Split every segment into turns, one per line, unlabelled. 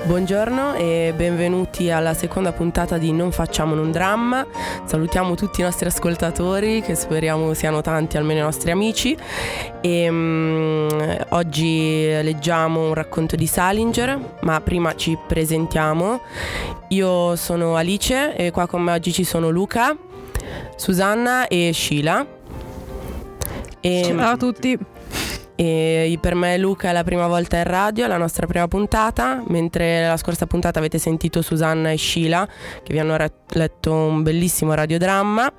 Buongiorno e benvenuti alla seconda puntata di Non facciamone un dramma. Salutiamo tutti i nostri ascoltatori, che speriamo siano tanti, almeno i nostri amici. E oggi leggiamo un racconto di Salinger, ma prima ci presentiamo. Io sono Alice e qua con me oggi ci sono Luca, Susanna e Sheila.
Ciao a tutti.
E per me Luca è la prima volta in radio, è la nostra prima puntata, mentre la scorsa puntata avete sentito Susanna e Sheila che vi hanno letto un bellissimo radiodramma.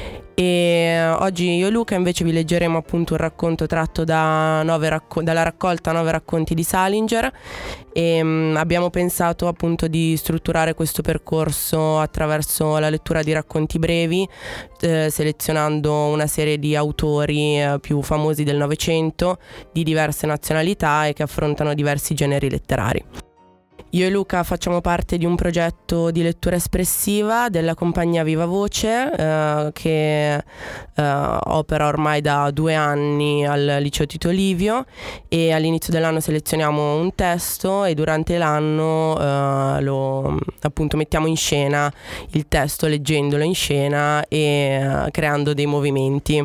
E oggi io e Luca invece vi leggeremo appunto un racconto tratto dalla raccolta 9 racconti di Salinger e abbiamo pensato appunto di strutturare questo percorso attraverso la lettura di racconti brevi, selezionando una serie di autori più famosi del Novecento di diverse nazionalità e che affrontano diversi generi letterari. Io e Luca facciamo parte di un progetto di lettura espressiva della compagnia Viva Voce che opera ormai da 2 anni al Liceo Tito Livio, e all'inizio dell'anno selezioniamo un testo e durante l'anno lo appunto mettiamo in scena il testo, leggendolo in scena e creando dei movimenti.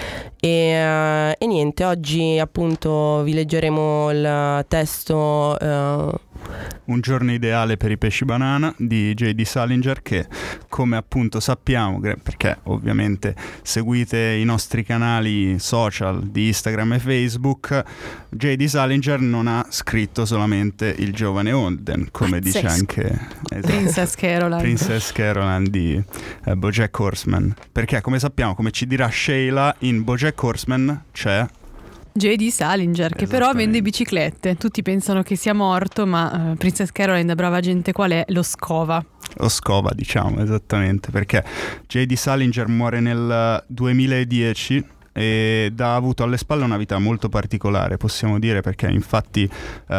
E niente, oggi appunto vi leggeremo il testo
Un giorno ideale per i pesci banana di J.D. Salinger, che come appunto sappiamo, perché ovviamente seguite i nostri canali social di Instagram e Facebook, J.D. Salinger non ha scritto solamente Il giovane Holden, come dice anche
Princess Caroline
di BoJack Horseman, perché come sappiamo, come ci dirà Sheila, in BoJack Horseman c'è
J.D. Salinger, che però vende biciclette. Tutti pensano che sia morto, ma Princess Caroline, da brava gente qual è, lo scova,
diciamo, esattamente, perché J.D. Salinger muore nel 2010 ed ha avuto alle spalle una vita molto particolare, possiamo dire, perché infatti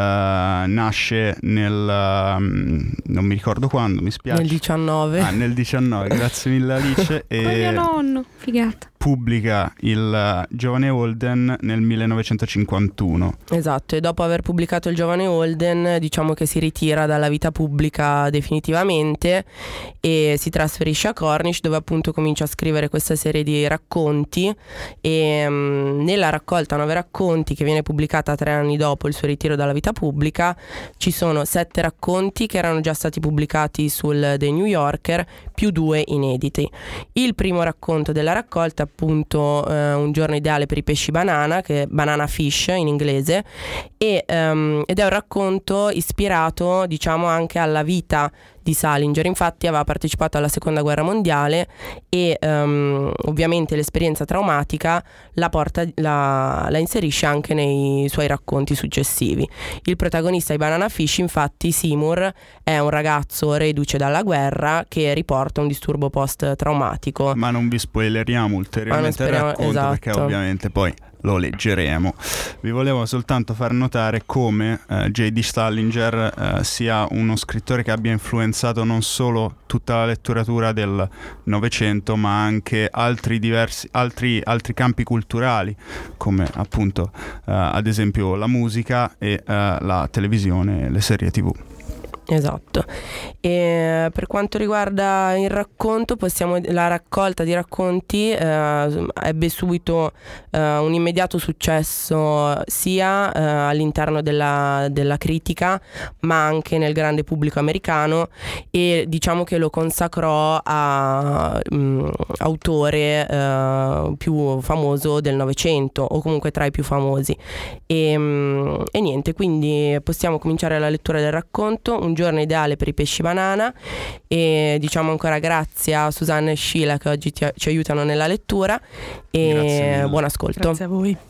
nasce nel non mi ricordo quando, mi spiace,
nel 19.
Nel 19, grazie mille Alice.
Con mio nonno, figata.
Pubblica Il giovane Holden nel 1951.
Esatto, e dopo aver pubblicato Il giovane Holden diciamo che si ritira dalla vita pubblica definitivamente e si trasferisce a Cornish, dove appunto comincia a scrivere questa serie di racconti e nella raccolta 9 racconti, che viene pubblicata 3 anni dopo il suo ritiro dalla vita pubblica, ci sono 7 racconti che erano già stati pubblicati sul The New Yorker più 2 inediti. Il primo racconto della raccolta appunto Un giorno ideale per i pesci banana, che è Banana Fish in inglese, ed è un racconto ispirato diciamo anche alla vita di Salinger. Infatti aveva partecipato alla seconda guerra mondiale e ovviamente l'esperienza traumatica la inserisce anche nei suoi racconti successivi. Il protagonista di Banana Fish, infatti, Seymour, è un ragazzo reduce dalla guerra che riporta un disturbo post-traumatico.
Ma non vi spoileriamo ulteriormente il racconto,
esatto,
perché ovviamente poi lo leggeremo. Vi volevo soltanto far notare come J.D. Salinger sia uno scrittore che abbia influenzato non solo tutta la letteratura del Novecento, ma anche altri campi culturali, come appunto ad esempio la musica e la televisione e le serie TV.
Esatto. E per quanto riguarda il racconto, la raccolta di racconti ebbe subito un immediato successo sia all'interno della critica, ma anche nel grande pubblico americano, e diciamo che lo consacrò a autore più famoso del Novecento, o comunque tra i più famosi. E niente, quindi possiamo cominciare la lettura del racconto Un giorno ideale per i pesci banana, e diciamo ancora grazie a Susanna e Sheila che oggi ci aiutano nella lettura, e buon ascolto.
Grazie a voi.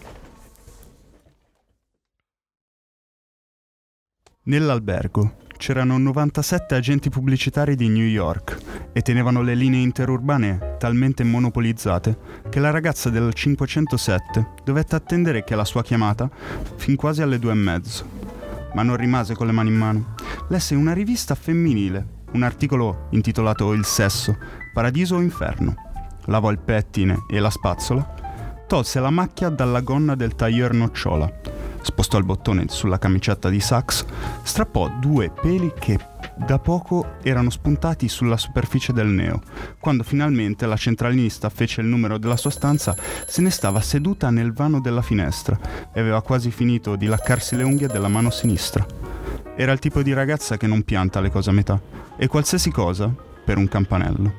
Nell'albergo c'erano 97 agenti pubblicitari di New York e tenevano le linee interurbane talmente monopolizzate che la ragazza del 507 dovette attendere che la sua chiamata fin quasi alle 2:30. Ma non rimase con le mani in mano. Lesse una rivista femminile, un articolo intitolato Il sesso, paradiso o inferno. Lavò il pettine e la spazzola, tolse la macchia dalla gonna del tailleur nocciola, spostò il bottone sulla camicetta di Sax, strappò 2 peli che da poco erano spuntati sulla superficie del neo. Quando finalmente la centralinista fece il numero della sua stanza, se ne stava seduta nel vano della finestra e aveva quasi finito di laccarsi le unghie della mano sinistra. Era il tipo di ragazza che non pianta le cose a metà, e qualsiasi cosa per un campanello.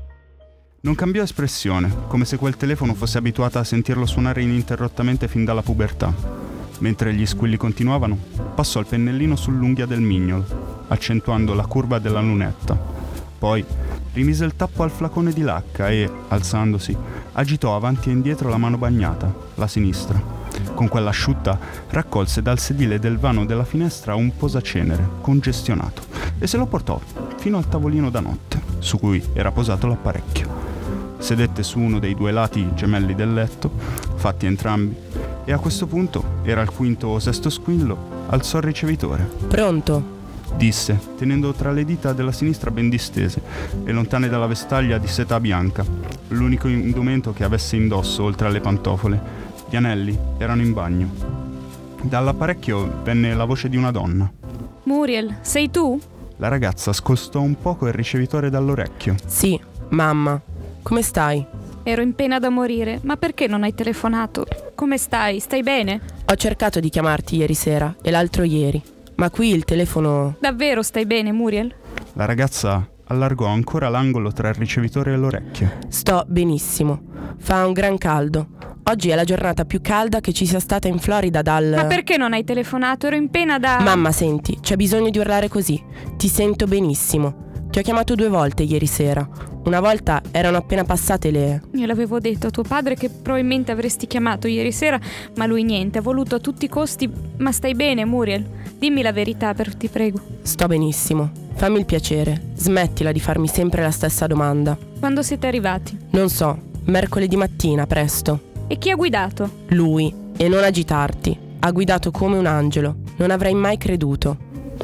Non cambiò espressione, come se quel telefono fosse abituata a sentirlo suonare ininterrottamente fin dalla pubertà. Mentre gli squilli continuavano, passò il pennellino sull'unghia del mignolo, accentuando la curva della lunetta. Poi rimise il tappo al flacone di lacca e, alzandosi, agitò avanti e indietro la mano bagnata, la sinistra. Con quella asciutta raccolse dal sedile del vano della finestra un posacenere congestionato e se lo portò fino al tavolino da notte, su cui era posato l'apparecchio. Sedette su uno dei 2 lati gemelli del letto, fatti entrambi, e a questo punto, era il 5° o 6° squillo, alzò il ricevitore.
Pronto?
Disse, tenendo tra le dita della sinistra ben distese e lontane dalla vestaglia di seta bianca, l'unico indumento che avesse indosso oltre alle pantofole. Gli anelli erano in bagno. Dall'apparecchio venne la voce di una donna.
Muriel, sei tu?
La ragazza scostò un poco il ricevitore dall'orecchio.
Sì, mamma. Come stai?
Ero in pena da morire, ma perché non hai telefonato? Come stai? Stai bene?
Ho cercato di chiamarti ieri sera e l'altro ieri, ma qui il telefono...
Davvero stai bene, Muriel?
La ragazza allargò ancora l'angolo tra il ricevitore e l'orecchio.
Sto benissimo. Fa un gran caldo. Oggi è la giornata più calda che ci sia stata in Florida dal...
Ma perché non hai telefonato? Ero in pena da...
Mamma, senti, c'è bisogno di urlare così. Ti sento benissimo. Ti ho chiamato 2 volte ieri sera. Una volta erano appena passate le...
Io l'avevo detto a tuo padre che probabilmente avresti chiamato ieri sera, ma lui niente, ha voluto a tutti i costi... Ma stai bene, Muriel? Dimmi la verità, ti prego.
Sto benissimo. Fammi il piacere. Smettila di farmi sempre la stessa domanda.
Quando siete arrivati?
Non so. Mercoledì mattina, presto.
E chi ha guidato?
Lui. E non agitarti. Ha guidato come un angelo. Non avrei mai creduto.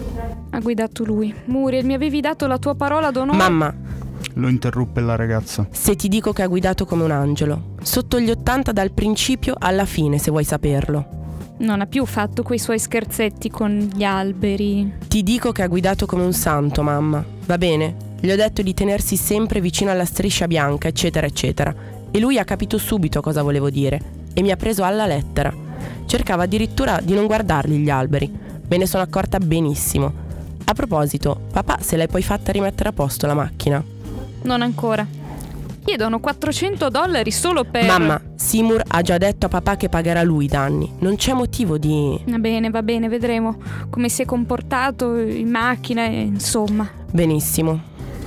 Ha guidato lui. Muriel, mi avevi dato la tua parola d'onore.
Mamma,
lo interruppe la ragazza.
se ti dico che ha guidato come un angelo, sotto gli 80 dal principio alla fine, se vuoi saperlo.
Non ha più fatto quei suoi scherzetti con gli alberi.
Ti dico che ha guidato come un santo, mamma. Va bene? Gli ho detto di tenersi sempre vicino alla striscia bianca, eccetera, eccetera. E lui ha capito subito cosa volevo dire e mi ha preso alla lettera. Cercava addirittura di non guardarli gli alberi. Me ne sono accorta benissimo. A proposito, papà, se l'hai poi fatta rimettere a posto la macchina?
Non ancora. Chiedono $400 solo per...
Mamma, Seymour ha già detto a papà che pagherà lui i danni. Non c'è motivo di...
Va bene, vedremo come si è comportato in macchina e insomma.
Benissimo.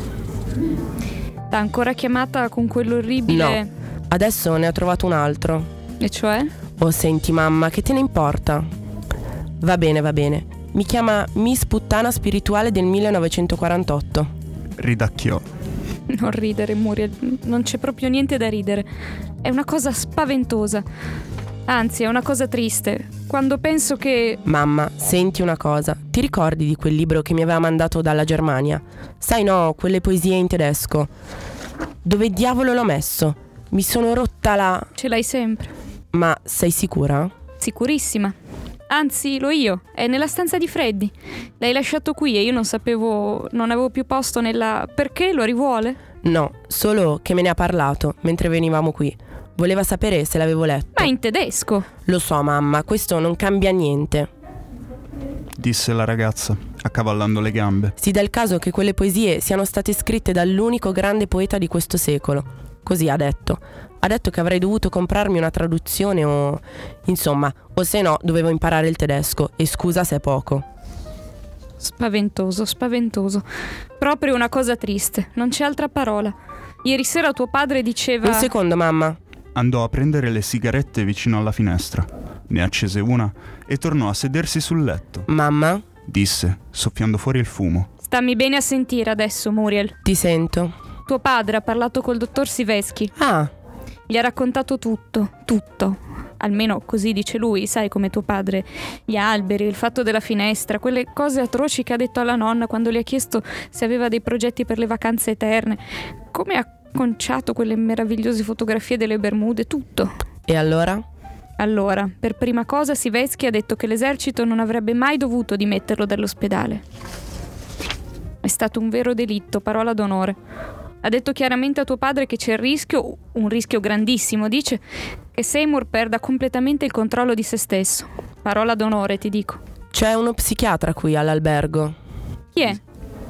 T'ha ancora chiamata con quell'orribile...
No, adesso ne ho trovato un altro.
E cioè?
Oh, senti mamma, che te ne importa? Va bene. Mi chiama Miss Puttana Spirituale del 1948.
Ridacchiò.
Non ridere, Muriel, non c'è proprio niente da ridere. È una cosa spaventosa. Anzi, è una cosa triste. Quando penso che...
Mamma, senti una cosa. Ti ricordi di quel libro che mi aveva mandato dalla Germania? Sai, no, quelle poesie in tedesco. Dove diavolo l'ho messo? Mi sono rotta la...
Ce l'hai sempre.
Ma sei sicura?
Sicurissima. Anzi, l'ho io. È nella stanza di Freddy. L'hai lasciato qui e io non avevo più posto nella... Perché? Lo rivuole?
No, solo che me ne ha parlato mentre venivamo qui. Voleva sapere se l'avevo letto.
Ma in tedesco.
Lo so, mamma, questo non cambia niente.
Disse la ragazza, accavallando le gambe.
Si dà il caso che quelle poesie siano state scritte dall'unico grande poeta di questo secolo. Così ha detto. Ha detto che avrei dovuto comprarmi una traduzione o... Insomma, o se no dovevo imparare il tedesco. E scusa se è poco.
Spaventoso. Proprio una cosa triste. Non c'è altra parola. Ieri sera tuo padre diceva...
Un secondo, mamma.
Andò a prendere le sigarette vicino alla finestra. Ne accese una e tornò a sedersi sul letto.
Mamma?
Disse, soffiando fuori il fumo.
Stammi bene a sentire adesso, Muriel.
Ti sento.
Tuo padre ha parlato col dottor Siveschi.
Ah.
Gli ha raccontato tutto. Almeno così dice lui, sai come tuo padre. Gli alberi, il fatto della finestra, quelle cose atroci che ha detto alla nonna quando le ha chiesto se aveva dei progetti per le vacanze eterne. Come ha conciato quelle meravigliose fotografie delle Bermude, tutto.
E allora?
Allora, per prima cosa Sivetsky ha detto che l'esercito non avrebbe mai dovuto dimetterlo dall'ospedale. È stato un vero delitto, parola d'onore. Ha detto chiaramente a tuo padre che c'è il rischio, un rischio grandissimo, dice, che Seymour perda completamente il controllo di se stesso. Parola d'onore, ti dico.
C'è uno psichiatra qui all'albergo.
Chi è?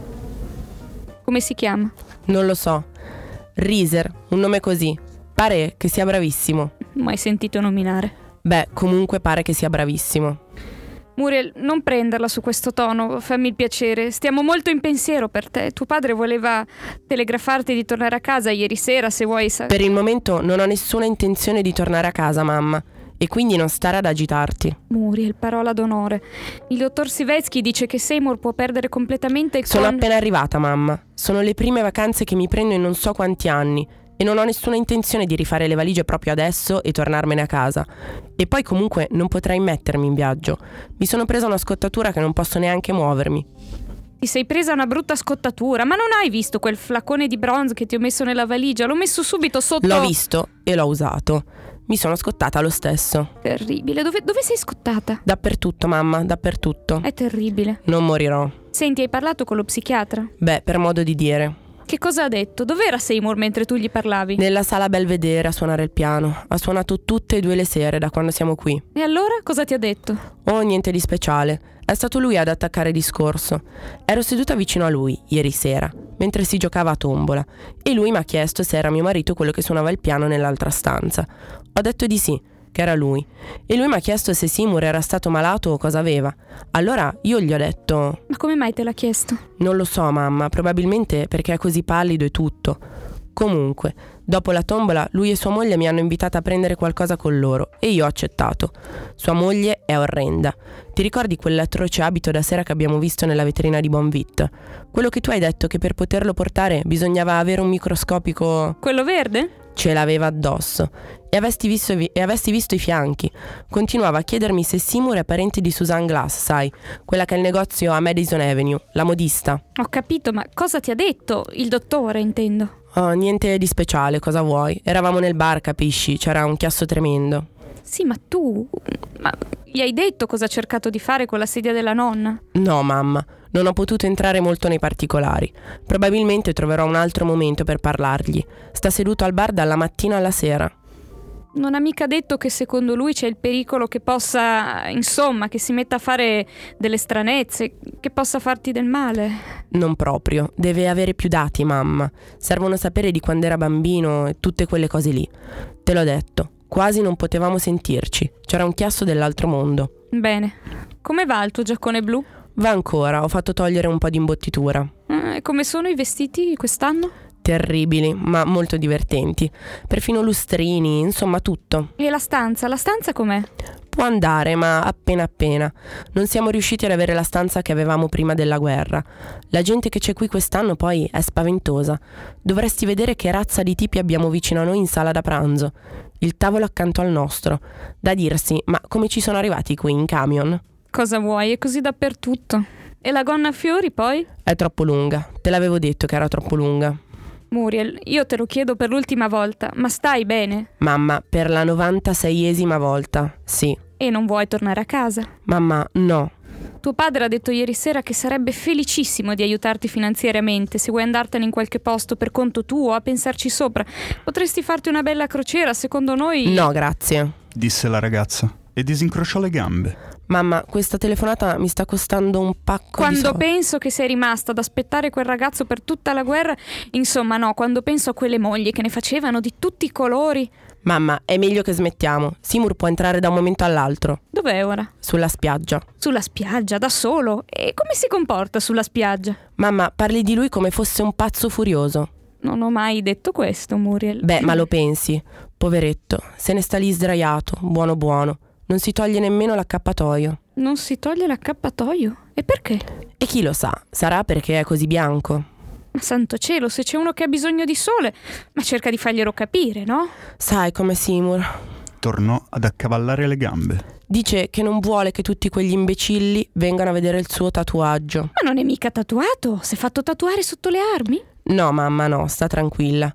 Come si chiama?
Non lo so. Reiser, un nome così. Pare che sia bravissimo.
Mai sentito nominare.
Beh, comunque pare che sia bravissimo.
Muriel, non prenderla su questo tono, fammi il piacere. Stiamo molto in pensiero per te. Tuo padre voleva telegrafarti di tornare a casa ieri sera, se vuoi.
Per il momento non ho nessuna intenzione di tornare a casa, mamma. E quindi non stare ad agitarti.
Muriel, parola d'onore. Il dottor Sivetsky dice che Seymour può perdere completamente il
Sono appena arrivata, mamma. Sono le prime vacanze che mi prendo in non so quanti anni. E non ho nessuna intenzione di rifare le valigie proprio adesso e tornarmene a casa. E poi comunque non potrei mettermi in viaggio. Mi sono presa una scottatura che non posso neanche muovermi.
Ti sei presa una brutta scottatura, ma non hai visto quel flacone di bronze che ti ho messo nella valigia? L'ho messo subito sotto...
L'ho visto e l'ho usato. Mi sono scottata lo stesso.
Terribile. Dove sei scottata?
Dappertutto, mamma, dappertutto.
È terribile.
Non morirò.
Senti, hai parlato con lo psichiatra?
Beh, per modo di dire.
Che cosa ha detto? Dov'era Seymour mentre tu gli parlavi?
Nella sala Belvedere a suonare il piano. Ha suonato tutte e 2 le sere da quando siamo qui.
E allora cosa ti ha detto?
Oh, niente di speciale. È stato lui ad attaccare il discorso. Ero seduta vicino a lui ieri sera, mentre si giocava a tombola, e lui mi ha chiesto se era mio marito quello che suonava il piano nell'altra stanza. Ho detto di sì, che era lui. E lui mi ha chiesto se Seymour era stato malato o cosa aveva. Allora io gli ho detto...
Ma come mai te l'ha chiesto?
Non lo so, mamma, probabilmente perché è così pallido e tutto. Comunque, dopo la tombola, lui e sua moglie mi hanno invitata a prendere qualcosa con loro e io ho accettato. Sua moglie è orrenda. Ti ricordi quell'atroce abito da sera che abbiamo visto nella vetrina di Bonvit? Quello che tu hai detto che per poterlo portare bisognava avere un microscopico...
Quello verde?
Ce l'aveva addosso. E avessi visto i fianchi. Continuava a chiedermi se Seymour è parente di Susan Glass, sai, quella che ha il negozio a Madison Avenue, la modista.
Ho capito, ma cosa ti ha detto? Il dottore, intendo.
Oh, niente di speciale, cosa vuoi? Eravamo nel bar, capisci? C'era un chiasso tremendo.
Sì, ma tu... Ma gli hai detto cosa ha cercato di fare con la sedia della nonna?
No, mamma, non ho potuto entrare molto nei particolari. Probabilmente troverò un altro momento per parlargli. Sta seduto al bar dalla mattina alla sera.
Non ha mica detto che secondo lui c'è il pericolo che possa, insomma, che si metta a fare delle stranezze, che possa farti del male?
Non proprio, deve avere più dati, mamma. Servono sapere di quando era bambino e tutte quelle cose lì. Te l'ho detto, quasi non potevamo sentirci. C'era un chiasso dell'altro mondo.
Bene. Come va il tuo giaccone blu?
Va ancora, ho fatto togliere un po' di imbottitura.
E come sono i vestiti quest'anno?
Terribili, ma molto divertenti. Perfino lustrini, insomma tutto.
E la stanza? La stanza com'è?
Può andare, ma appena appena. Non siamo riusciti ad avere la stanza che avevamo prima della guerra. La gente che c'è qui quest'anno poi è spaventosa. Dovresti vedere che razza di tipi abbiamo vicino a noi in sala da pranzo. Il tavolo accanto al nostro. Da dirsi, ma come ci sono arrivati qui in camion?
Cosa vuoi? È così dappertutto. E la gonna a fiori poi?
È troppo lunga. Te l'avevo detto che era troppo lunga.
Muriel, io te lo chiedo per l'ultima volta, ma stai bene?
Mamma, per la 96esima volta, sì.
E non vuoi tornare a casa?
Mamma, no.
Tuo padre ha detto ieri sera che sarebbe felicissimo di aiutarti finanziariamente se vuoi andartene in qualche posto per conto tuo, a pensarci sopra. Potresti farti una bella crociera, secondo noi...
No, grazie,
disse la ragazza e disincrociò le gambe.
Mamma, questa telefonata mi sta costando un pacco
quando
di soldi.
Penso che sei rimasta ad aspettare quel ragazzo per tutta la guerra, insomma no, quando penso a quelle mogli che ne facevano di tutti i colori...
Mamma, è meglio che smettiamo. Seymour può entrare da un momento all'altro.
Dov'è ora?
Sulla spiaggia.
Sulla spiaggia, da solo? E come si comporta sulla spiaggia?
Mamma, parli di lui come fosse un pazzo furioso.
Non ho mai detto questo, Muriel.
Beh, ma lo pensi? Poveretto, se ne sta lì sdraiato, buono buono. Non si toglie nemmeno l'accappatoio.
Non si toglie l'accappatoio? E perché?
E chi lo sa, sarà perché è così bianco.
Ma santo cielo, se c'è uno che ha bisogno di sole, ma cerca di farglielo capire, no?
Sai come Seymour.
Tornò ad accavallare le gambe.
Dice che non vuole che tutti quegli imbecilli vengano a vedere il suo tatuaggio.
Ma non è mica tatuato, si è fatto tatuare sotto le armi?
No, mamma, no, sta tranquilla.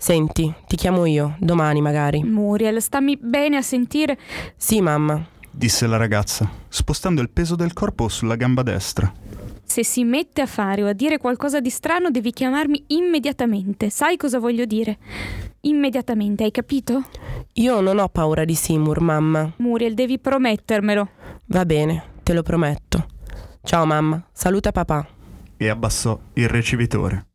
Senti, ti chiamo io, domani magari.
Muriel, stammi bene a sentire.
Sì, mamma,
disse la ragazza, spostando il peso del corpo sulla gamba destra.
Se si mette a fare o a dire qualcosa di strano devi chiamarmi immediatamente. Sai cosa voglio dire? Immediatamente, hai capito?
io non ho paura di Seymour, mamma.
Muriel, devi promettermelo.
Va bene, te lo prometto. Ciao mamma, saluta papà.
E abbassò il ricevitore.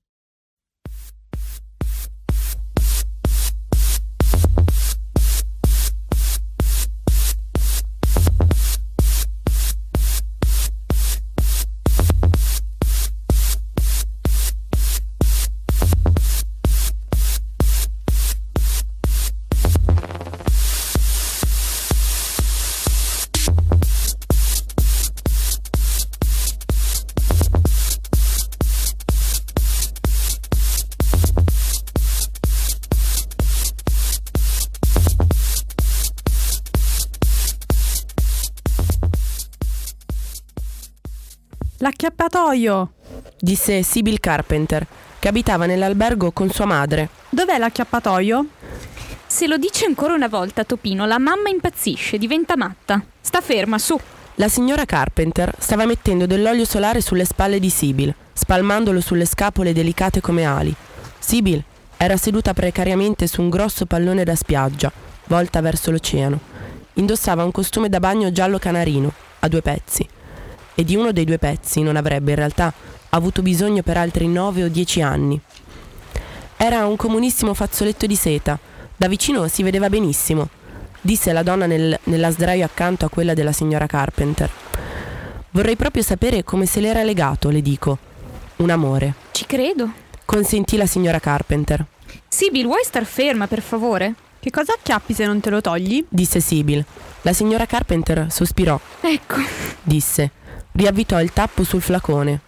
L'acchiappatoio!
Disse Sybil Carpenter, che abitava nell'albergo con sua madre.
Dov'è l'acchiappatoio?
Se lo dici ancora una volta, Topino, la mamma impazzisce, diventa matta. Sta ferma, su.
La signora Carpenter stava mettendo dell'olio solare sulle spalle di Sybil, spalmandolo sulle scapole delicate come ali. Sybil era seduta precariamente su un grosso pallone da spiaggia, volta verso l'oceano. Indossava un costume da bagno giallo canarino, a 2 pezzi. E di uno dei 2 pezzi non avrebbe in realtà avuto bisogno per altri 9 o 10 anni. Era un comunissimo fazzoletto di seta, da vicino si vedeva benissimo, disse la donna nella sdraio accanto a quella della signora Carpenter. Vorrei proprio sapere come se l'era legato, le dico. Un amore.
Ci credo.
Consentì la signora Carpenter.
Sybil, vuoi star ferma, per favore?
Che cosa acchiappi se non te lo togli?
Disse Sybil. La signora Carpenter sospirò.
Ecco.
Disse. Riavvitò il tappo sul flacone.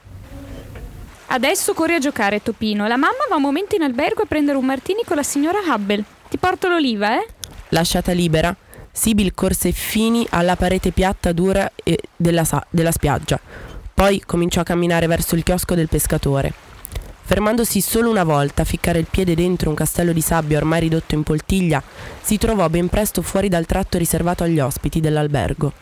Adesso corri a giocare, Topino. La mamma va un momento in albergo a prendere un martini con la signora Hubble. Ti porto l'oliva, eh?
Lasciata libera, Sybil corse fini alla parete piatta dura della spiaggia. Poi cominciò a camminare verso il chiosco del pescatore. Fermandosi solo una volta a ficcare il piede dentro un castello di sabbia ormai ridotto in poltiglia, si trovò ben presto fuori dal tratto riservato agli ospiti dell'albergo.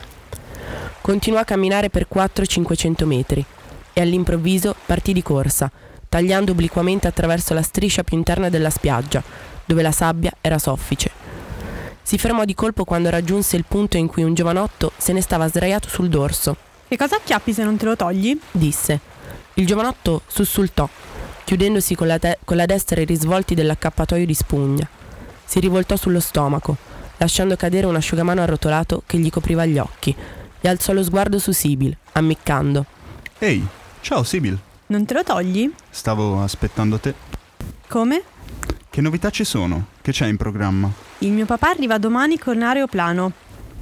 Continuò a camminare per 400-500 metri e all'improvviso partì di corsa, tagliando obliquamente attraverso la striscia più interna della spiaggia, dove la sabbia era soffice. Si fermò di colpo quando raggiunse il punto in cui un giovanotto se ne stava sdraiato sul dorso.
Che cosa acchiappi se non te lo togli?
Disse. Il giovanotto sussultò, chiudendosi con la destra i risvolti dell'accappatoio di spugna. Si rivoltò sullo stomaco, lasciando cadere un asciugamano arrotolato che gli copriva gli occhi, e alzò lo sguardo su Sybil, ammiccando.
Ehi, ciao Sybil.
Non te lo togli?
Stavo aspettando te.
Come?
Che novità ci sono? Che c'è in programma?
Il mio papà arriva domani con aeroplano.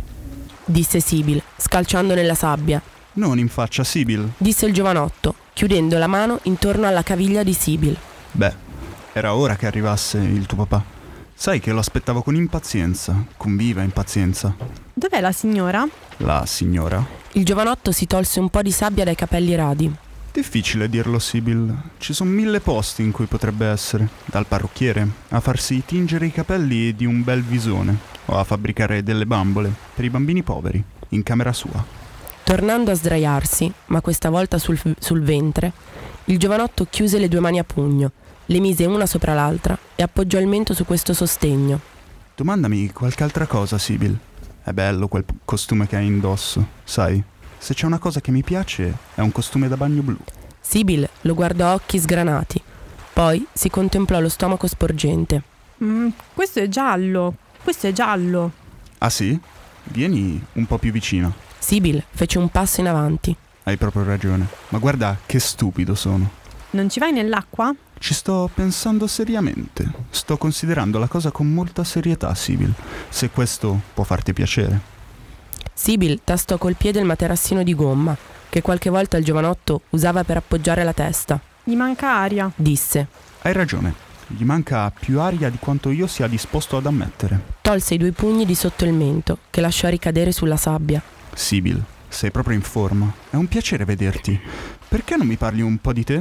Disse Sybil, scalciando nella sabbia.
Non in faccia, Sybil.
Disse il giovanotto, chiudendo la mano intorno alla caviglia di Sybil.
Beh, era ora che arrivasse il tuo papà. Sai che lo aspettavo con impazienza, con viva impazienza.
Dov'è la signora?
La signora?
Il giovanotto si tolse un po' di sabbia dai capelli radi.
Difficile dirlo, Sybil. Ci sono 1000 posti in cui potrebbe essere. Dal parrucchiere a farsi tingere i capelli di un bel visone o a fabbricare delle bambole per i bambini poveri in camera sua.
Tornando a sdraiarsi, ma questa volta sul ventre, il giovanotto chiuse le 2 mani a pugno, le mise una sopra l'altra e appoggiò il mento su questo sostegno.
Domandami qualche altra cosa, Sybil. È bello quel costume che hai indosso, sai? Se c'è una cosa che mi piace è un costume da bagno blu.
Sybil lo guardò a occhi sgranati. Poi si contemplò lo stomaco sporgente.
Questo è giallo. Questo è giallo.
Ah sì? Vieni un po' più vicino.
Sybil fece un passo in avanti.
Hai proprio ragione. Ma guarda che stupido sono.
Non ci vai nell'acqua?
Ci sto pensando seriamente. Sto considerando la cosa con molta serietà, Sybil. Se questo può farti piacere.
Sybil tastò col piede il materassino di gomma che qualche volta il giovanotto usava per appoggiare la testa.
Gli manca aria.
Disse.
Hai ragione. Gli manca più aria di quanto io sia disposto ad ammettere.
Tolse i 2 pugni di sotto il mento che lasciò ricadere sulla sabbia.
Sybil, sei proprio in forma. È un piacere vederti. Perché non mi parli un po' di te?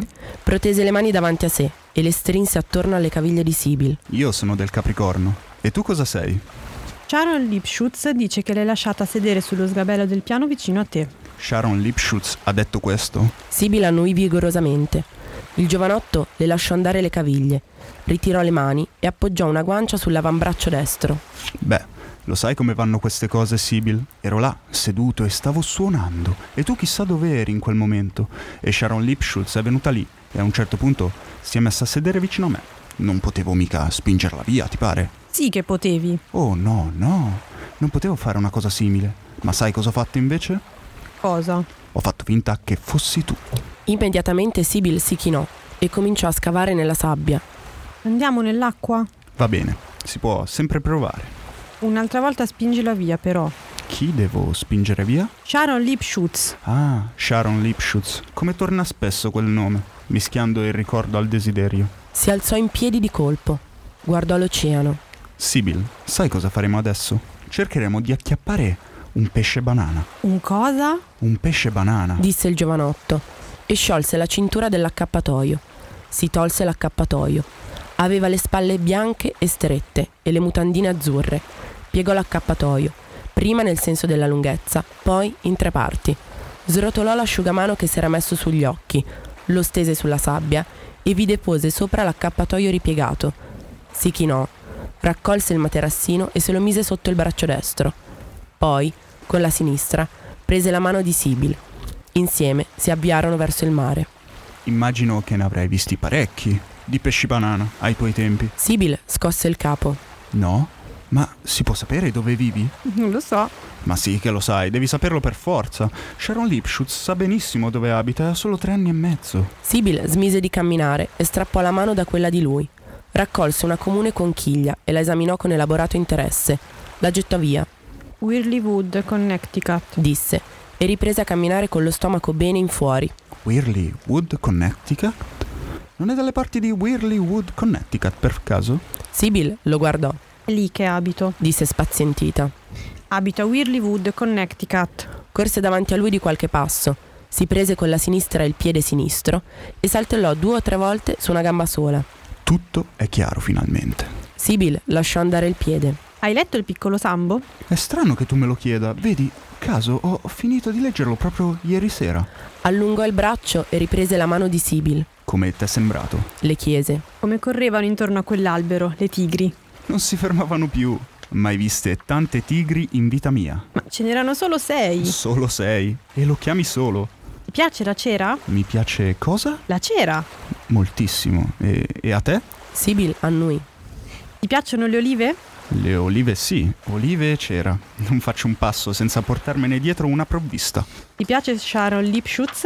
Protese le mani davanti a sé e le strinse attorno alle caviglie di Sibyl.
Io sono del Capricorno. E tu cosa sei?
Sharon Lipschutz dice che l'hai lasciata sedere sullo sgabello del piano vicino a te.
Sharon Lipschutz ha detto questo?
Sibyl annuì vigorosamente. Il giovanotto le lasciò andare le caviglie, ritirò le mani e appoggiò una guancia sull'avambraccio destro.
Beh, lo sai come vanno queste cose, Sibyl? Ero là, seduto, e stavo suonando. E tu chissà dove eri in quel momento. E Sharon Lipschutz è venuta lì e a un certo punto si è messa a sedere vicino a me. Non potevo mica spingerla via, ti pare?
Sì che potevi.
Oh no, non potevo fare una cosa simile. Ma sai cosa ho fatto invece?
Cosa?
Ho fatto finta che fossi tu.
Immediatamente Sibyl si chinò e cominciò a scavare nella sabbia.
Andiamo nell'acqua?
Va bene, si può sempre provare.
Un'altra volta spingila via però.
Chi devo spingere via?
Sharon Lipschutz.
Ah, Sharon Lipschutz. Come torna spesso quel nome, mischiando il ricordo al desiderio.
Si alzò in piedi di colpo, guardò l'oceano.
Sibyl, sai cosa faremo adesso? Cercheremo di acchiappare un pesce banana.
Un cosa?
Un pesce banana.
Disse il giovanotto e sciolse la cintura dell'accappatoio. Si tolse l'accappatoio. Aveva le spalle bianche e strette e le mutandine azzurre. Piegò l'accappatoio, prima nel senso della lunghezza, poi in 3 parti. Srotolò l'asciugamano che si era messo sugli occhi, lo stese sulla sabbia e vi depose sopra l'accappatoio ripiegato. Si chinò, raccolse il materassino e se lo mise sotto il braccio destro. Poi, con la sinistra, prese la mano di Sibyl. Insieme si avviarono verso il mare.
Immagino che ne avrai visti parecchi di pesci banana ai tuoi tempi.
Sibyl scosse il capo.
No? Ma si può sapere dove vivi?
Non lo so.
Ma sì che lo sai, devi saperlo per forza. Sharon Lipschutz sa benissimo dove abita e ha solo 3 anni e mezzo.
Sibyl smise di camminare e strappò la mano da quella di lui. Raccolse una comune conchiglia e la esaminò con elaborato interesse. La gettò via.
Whirley Wood, Connecticut.
Disse e riprese a camminare con lo stomaco bene in fuori.
Whirley Wood, Connecticut? Non è dalle parti di Whirley Wood, Connecticut, per caso?
Sibyl lo guardò.
È lì che abito.
Disse spazientita.
Abito a Whirley Wood, Connecticut.
Corse davanti a lui di qualche passo. Si prese con la sinistra il piede sinistro e saltellò 2 o 3 volte su una gamba sola.
Tutto è chiaro finalmente.
Sibyl lasciò andare il piede.
Hai letto Il piccolo Sambo?
È strano che tu me lo chieda. Vedi, caso, ho finito di leggerlo proprio ieri sera.
Allungò il braccio e riprese la mano di Sibyl.
Come t'è sembrato?
Le chiese.
Come correvano intorno a quell'albero, le tigri.
Non si fermavano più. Mai viste tante tigri in vita mia.
Ma ce n'erano solo 6.
Solo 6. E lo chiami solo?
Ti piace la cera?
Mi piace cosa?
La cera.
Moltissimo. E a te?
Sibyl annuì.
Ti piacciono le olive?
Le olive sì, olive e cera. Non faccio un passo senza portarmene dietro una provvista.
Ti piace Sharon Lipschutz?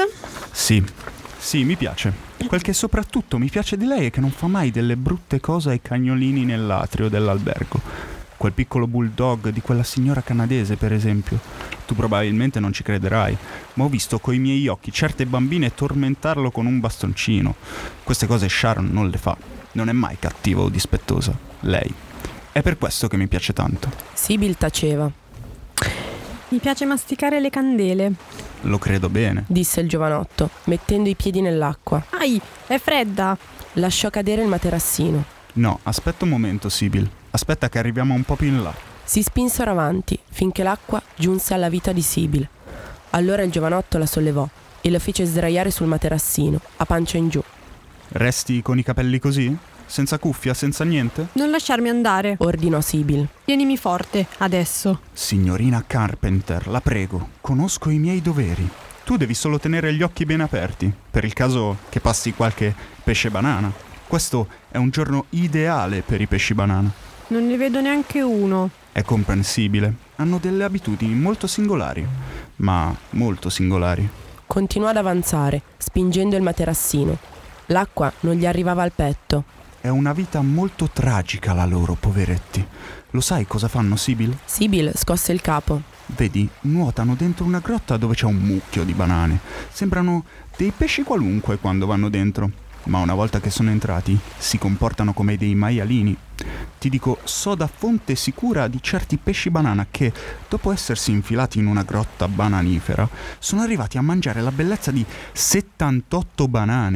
Sì, mi piace. Quel che soprattutto mi piace di lei è che non fa mai delle brutte cose ai cagnolini nell'atrio dell'albergo. Quel piccolo bulldog di quella signora canadese, per esempio. Tu probabilmente non ci crederai, ma ho visto coi miei occhi certe bambine tormentarlo con un bastoncino. Queste cose Sharon non le fa. Non è mai cattiva o dispettosa. Lei. È per questo che mi piace tanto.
Sibyl taceva.
Mi piace masticare le candele.
Lo credo bene.
Disse il giovanotto, mettendo i piedi nell'acqua.
Ai, è fredda.
Lasciò cadere il materassino.
No, aspetta un momento, Sibyl. Aspetta che arriviamo un po' più in là.
Si spinsero avanti finché l'acqua giunse alla vita di Sibyl. Allora il giovanotto la sollevò e la fece sdraiare sul materassino, a pancia in giù.
Resti con i capelli così? Senza cuffia, senza niente?
Non lasciarmi andare.
Ordinò Sibyl.
Tienimi forte, adesso.
Signorina Carpenter, la prego, conosco i miei doveri. Tu devi solo tenere gli occhi ben aperti, per il caso che passi qualche pesce banana. Questo è un giorno ideale per i pesci banana.
Non ne vedo neanche uno.
È comprensibile. Hanno delle abitudini molto singolari, ma molto singolari.
Continuò ad avanzare, spingendo il materassino. L'acqua non gli arrivava al petto.
È una vita molto tragica la loro, poveretti. Lo sai cosa fanno, Sibyl?
Sibyl scosse il capo.
Vedi, nuotano dentro una grotta dove c'è un mucchio di banane. Sembrano dei pesci qualunque quando vanno dentro, ma una volta che sono entrati si comportano come dei maialini. Ti dico, so da fonte sicura di certi pesci banana che, dopo essersi infilati in una grotta bananifera, sono arrivati a mangiare la bellezza di 78 banane.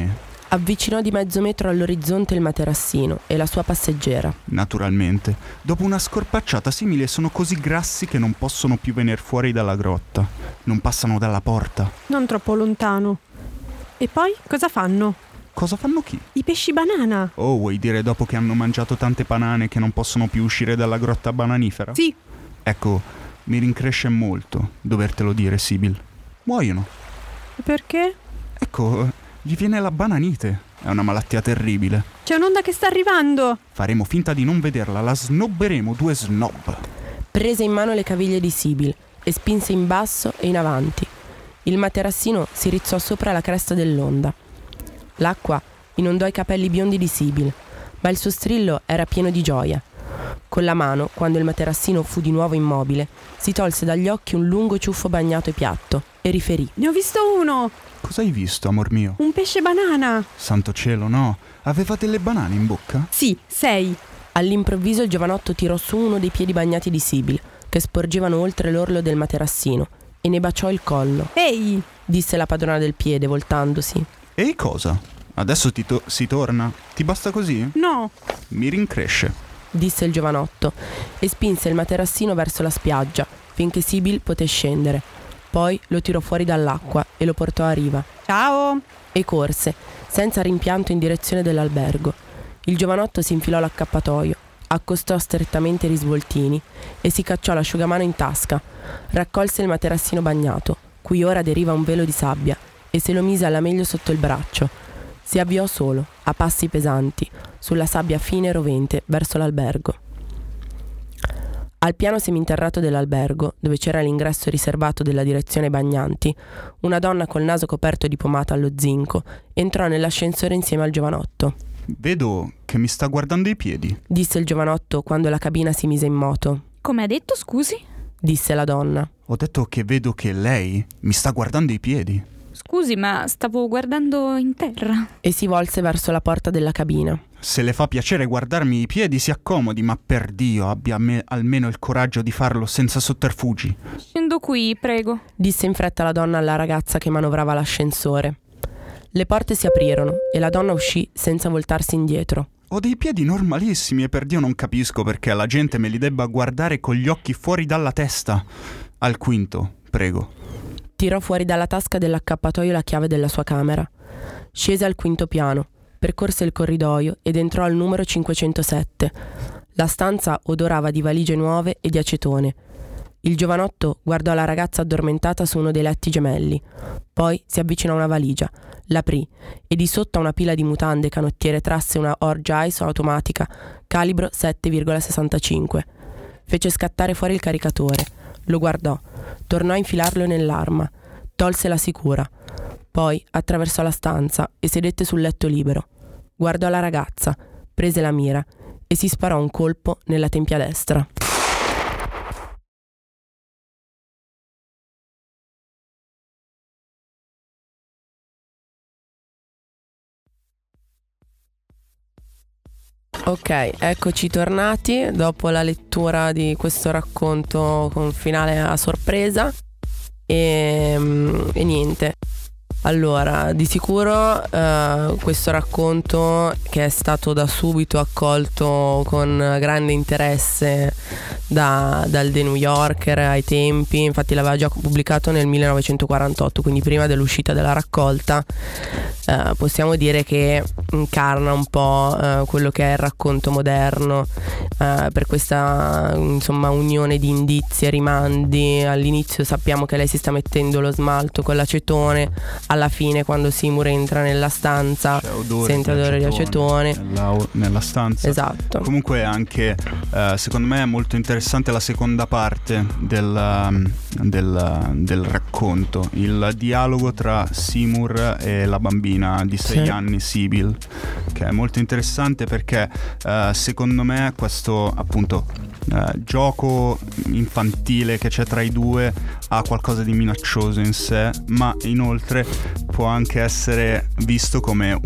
Avvicinò di mezzo metro all'orizzonte il materassino e la sua passeggera.
Naturalmente, dopo una scorpacciata simile sono così grassi che non possono più venire fuori dalla grotta. Non passano dalla porta.
Non troppo lontano. E poi cosa fanno?
Cosa fanno chi?
I pesci banana.
Oh, vuoi dire dopo che hanno mangiato tante banane che non possono più uscire dalla grotta bananifera?
Sì.
Ecco, mi rincresce molto dovertelo dire, Sibyl. Muoiono.
Perché?
Ecco, gli viene la bananite. È una malattia terribile.
C'è un'onda che sta arrivando.
Faremo finta di non vederla, la snobberemo, 2 snob.
Prese in mano le caviglie di Sibyl e spinse in basso e in avanti. Il materassino si rizzò sopra la cresta dell'onda. L'acqua inondò i capelli biondi di Sibyl, ma il suo strillo era pieno di gioia. Con la mano, quando il materassino fu di nuovo immobile, si tolse dagli occhi un lungo ciuffo bagnato e piatto e riferì:
Ne ho visto uno.
Cosa hai visto, amor mio?
Un pesce banana.
Santo cielo, no. Aveva delle banane in bocca?
Sì, 6.
All'improvviso il giovanotto tirò su uno dei piedi bagnati di Sibyl, che sporgevano oltre l'orlo del materassino, e ne baciò il collo.
Ehi!
Disse la padrona del piede, voltandosi.
Ehi, cosa? Adesso si torna? Ti basta così?
No.
Mi rincresce,
disse il giovanotto, e spinse il materassino verso la spiaggia, finché Sibyl poté scendere. Poi lo tirò fuori dall'acqua e lo portò a riva.
Ciao!
E corse, senza rimpianto, in direzione dell'albergo. Il giovanotto si infilò l'accappatoio, accostò strettamente i risvoltini e si cacciò l'asciugamano in tasca. Raccolse il materassino bagnato, cui ora deriva un velo di sabbia, e se lo mise alla meglio sotto il braccio. Si avviò solo, a passi pesanti, sulla sabbia fine e rovente, verso l'albergo. Al piano seminterrato dell'albergo, dove c'era l'ingresso riservato della direzione bagnanti, una donna col naso coperto di pomata allo zinco entrò nell'ascensore insieme al giovanotto.
Vedo che mi sta guardando i piedi,
disse il giovanotto quando la cabina si mise in moto.
Come ha detto, scusi?
Disse la donna.
Ho detto che vedo che lei mi sta guardando i piedi.
Scusi, ma stavo guardando in terra.
E si volse verso la porta della cabina.
Se le fa piacere guardarmi i piedi, si accomodi, ma per Dio abbia almeno il coraggio di farlo senza sotterfugi.
Scendo qui, prego.
Disse in fretta la donna alla ragazza che manovrava l'ascensore. Le porte si aprirono e la donna uscì senza voltarsi indietro.
Ho dei piedi normalissimi e per Dio non capisco perché la gente me li debba guardare con gli occhi fuori dalla testa. Al quinto, prego.
Tirò fuori dalla tasca dell'accappatoio la chiave della sua camera. Scese al quinto piano, percorse il corridoio ed entrò al numero 507. La stanza odorava di valigie nuove e di acetone. Il giovanotto guardò la ragazza addormentata su uno dei letti gemelli. Poi si avvicinò a una valigia, l'aprì e di sotto a una pila di mutande e canottiere trasse una Orge Ice automatica, calibro 7,65. Fece scattare fuori il caricatore. Lo guardò, tornò a infilarlo nell'arma, tolse la sicura. Poi attraversò la stanza e sedette sul letto libero. Guardò la ragazza, prese la mira e si sparò un colpo nella tempia destra. Ok, eccoci tornati dopo la lettura di questo racconto con finale a sorpresa e niente. Allora, di sicuro questo racconto, che è stato da subito accolto con grande interesse dal The New Yorker ai tempi, infatti l'aveva già pubblicato nel 1948, quindi prima dell'uscita della raccolta, possiamo dire che incarna un po' quello che è il racconto moderno, per questa insomma unione di indizi e rimandi. All'inizio sappiamo che lei si sta mettendo lo smalto con l'acetone, alla fine quando Seymour entra nella stanza sente odore di acetone
nella stanza.
Esatto.
Comunque anche secondo me è molto interessante la seconda parte del racconto, il dialogo tra Seymour e la bambina di 6 anni, Sibyl, che è molto interessante perché secondo me questo appunto gioco infantile che c'è tra i due ha qualcosa di minaccioso in sé, ma inoltre può anche essere visto come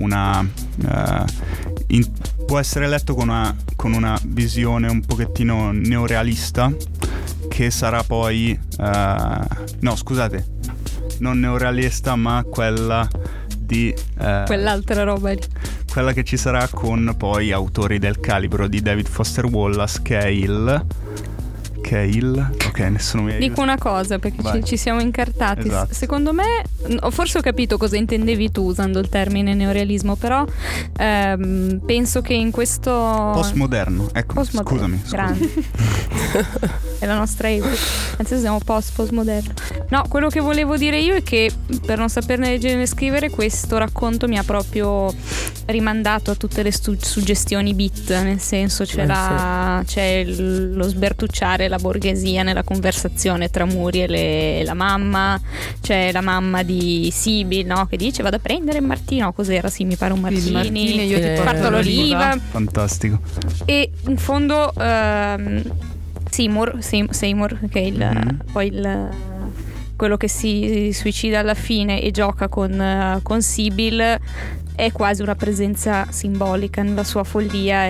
può essere letto con una visione un pochettino neorealista, che sarà poi no scusate, non neorealista ma quella di
quell'altra roba lì.
Quella che ci sarà con poi autori del calibro di David Foster Wallace, che è il ok, nessuno mi aiuta.
Dico una cosa perché ci siamo incartati.
Esatto.
Secondo me, forse ho capito cosa intendevi tu usando il termine neorealismo, però penso che in questo
postmoderno, ecco, scusami.
Grande. È la nostra epoca. Anzi, siamo postmoderno. No, quello che volevo dire io è che, per non saperne leggere né scrivere, questo racconto mi ha proprio rimandato a tutte le suggestioni beat, nel senso c'è lo sbertucciare la borghesia nella conversazione tra Muriel e la mamma, c'è la mamma di Sibyl, no? Che dice vado a prendere il Martino, cos'era? Sì, mi pare un Martini,
io ti
porto l'oliva.
Fantastico.
E in fondo Seymour che è quello che si suicida alla fine e gioca con Sibyl, è quasi una presenza simbolica nella sua follia,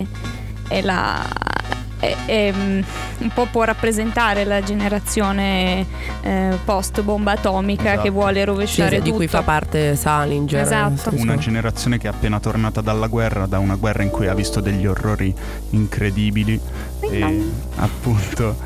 un po' può rappresentare la generazione post bomba atomica, esatto, che vuole rovesciare tutto,
di cui fa parte Salinger.
Esatto.
Una generazione che è appena tornata dalla guerra, da una guerra in cui ha visto degli orrori incredibili e appunto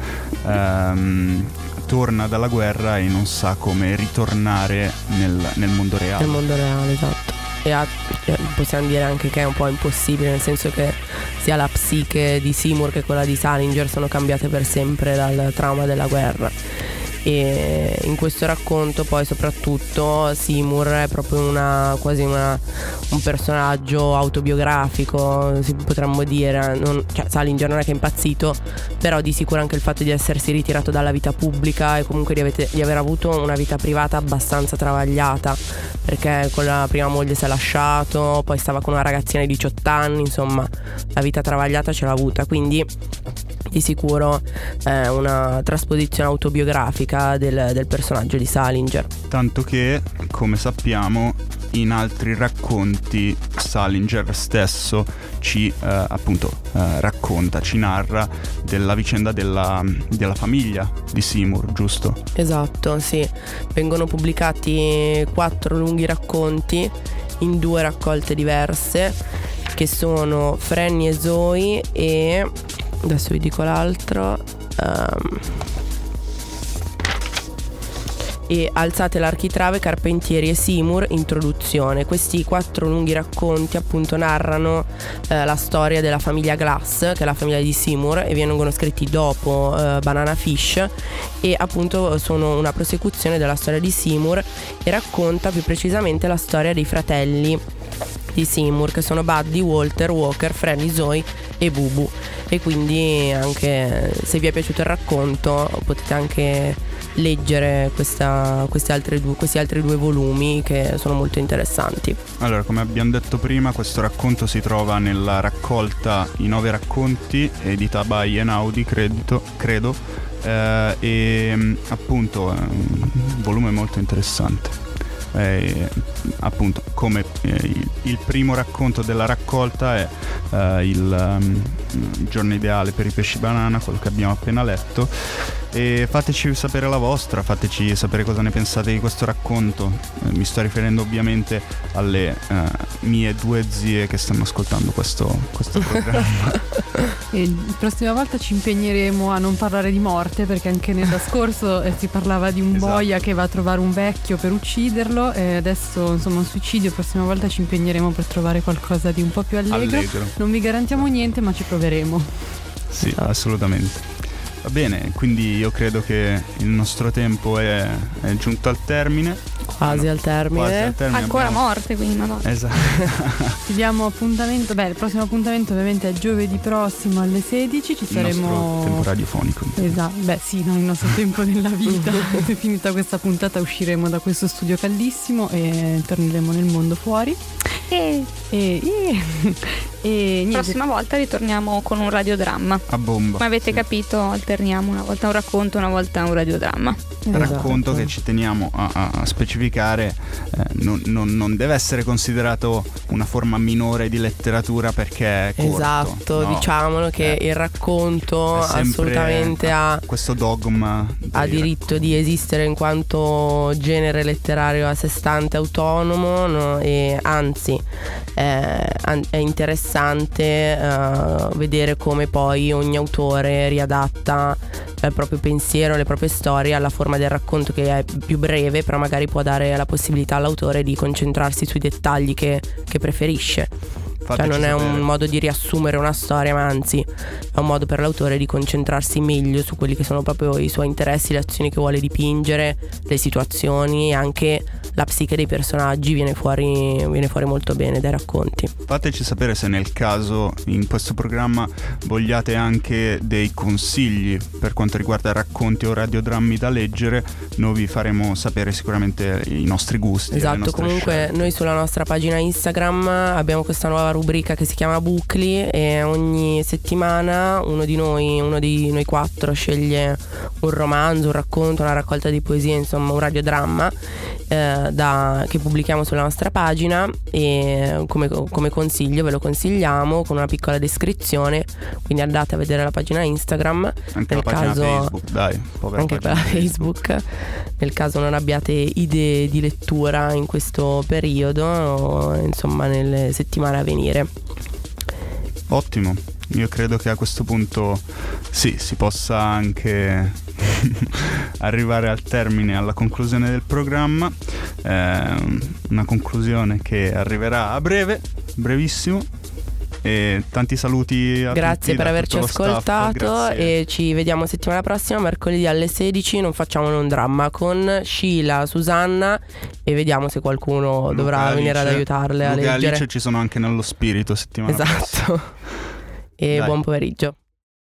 torna dalla guerra e non sa come ritornare nel mondo reale.
Nel mondo reale, esatto. E possiamo dire anche che è un po' impossibile, nel senso che sia la psiche di Seymour che quella di Salinger sono cambiate per sempre dal trauma della guerra. E in questo racconto poi soprattutto Seymour è proprio quasi un personaggio autobiografico, potremmo dire. Salinger non è che è impazzito, però di sicuro anche il fatto di essersi ritirato dalla vita pubblica e comunque di aver avuto una vita privata abbastanza travagliata, perché con la prima moglie si è lasciato, poi stava con una ragazzina di 18 anni, insomma la vita travagliata ce l'ha avuta, quindi di sicuro è una trasposizione autobiografica del personaggio di Salinger.
Tanto che, come sappiamo, in altri racconti Salinger stesso ci racconta, ci narra della vicenda della famiglia di Seymour, giusto?
Esatto, sì. Vengono pubblicati 4 lunghi racconti in 2 raccolte diverse, che sono Franny e Zoe e adesso vi dico l'altro, e Alzate l'architrave, Carpentieri e Seymour, introduzione. Questi 4 lunghi racconti appunto narrano la storia della famiglia Glass, che è la famiglia di Seymour, e vengono scritti dopo Banana Fish, e appunto sono una prosecuzione della storia di Seymour e racconta più precisamente la storia dei fratelli di Seymour, che sono Buddy, Walter, Walker, Franny, Zoe e Bubu. E quindi anche se vi è piaciuto il racconto potete anche leggere questi altri 2 volumi, che sono molto interessanti.
Allora, come abbiamo detto prima, questo racconto si trova nella raccolta I 9 racconti, edita by Einaudi, credo, e appunto è un volume molto interessante. Appunto, come il primo racconto della raccolta è il giorno ideale per i pesci banana, quello che abbiamo appena letto, e fateci sapere la vostra, fateci sapere cosa ne pensate di questo racconto. Mi sto riferendo ovviamente alle mie 2 zie che stanno ascoltando questo programma.
E la prossima volta ci impegneremo a non parlare di morte, perché anche nello scorso si parlava di un boia che va a trovare un vecchio per ucciderlo, e adesso insomma un suicidio. La prossima volta ci impegneremo per trovare qualcosa di un po' più allegro. Non vi garantiamo niente, ma ci proveremo.
Sì, assolutamente. Va bene, quindi io credo che il nostro tempo è giunto al termine.
Quasi al termine.
Ancora morte, quindi madonna.
Esatto.
Ci diamo appuntamento. Il prossimo appuntamento ovviamente è giovedì prossimo alle 16. Ci saremo.
Il nostro tempo radiofonico.
Esatto. Sì, no, il nostro tempo nella vita. Finita questa puntata usciremo da questo studio caldissimo e torneremo nel mondo fuori. E niente.
Prossima volta ritorniamo con un radiodramma.
A bomba.
Come avete capito, alterniamo una volta un racconto, una volta un radiodramma.
racconto che ci teniamo a specificare non deve essere considerato una forma minore di letteratura perché è corto.
Esatto,
no.
Diciamolo che il racconto assolutamente ha
questo dogma,
ha diritto di esistere in quanto genere letterario a sé stante, autonomo, no? E anzi è interessante vedere come poi ogni autore riadatta il proprio pensiero, le proprie storie alla forma del racconto, che è più breve, però magari può dare la possibilità all'autore di concentrarsi sui dettagli che preferisce. Cioè non è un modo di riassumere una storia, ma anzi è un modo per l'autore di concentrarsi meglio su quelli che sono proprio i suoi interessi, le azioni che vuole dipingere, le situazioni, e anche la psiche dei personaggi viene fuori molto bene dai racconti.
Fateci sapere se nel caso in questo programma vogliate anche dei consigli per quanto riguarda racconti o radiodrammi da leggere. Noi vi faremo sapere sicuramente i nostri gusti.
Esatto, comunque
scelte.
Noi sulla nostra pagina Instagram abbiamo questa nuova rubrica che si chiama Bucli, e ogni settimana uno di noi 4 sceglie un romanzo, un racconto, una raccolta di poesie, insomma un radiodramma che pubblichiamo sulla nostra pagina, e come consiglio ve lo consigliamo con una piccola descrizione, quindi andate a vedere la pagina Instagram,
anche
nel
la pagina
caso,
Facebook, dai,
anche quella Facebook, nel caso non abbiate idee di lettura in questo periodo o insomma nelle settimane a venire.
Ottimo, io credo che a questo punto sì, si possa anche arrivare al termine, alla conclusione del programma, una conclusione che arriverà a breve, brevissimo. E tanti saluti a
grazie
tutti,
per averci ascoltato, e ci vediamo settimana prossima mercoledì alle 16. Non facciamo un dramma con Sheila, Susanna, e vediamo se qualcuno dovrà venire ad aiutarle a leggere.
Alice ci sono anche nello spirito settimana prossima.
Esatto. E
Dai.
Buon pomeriggio.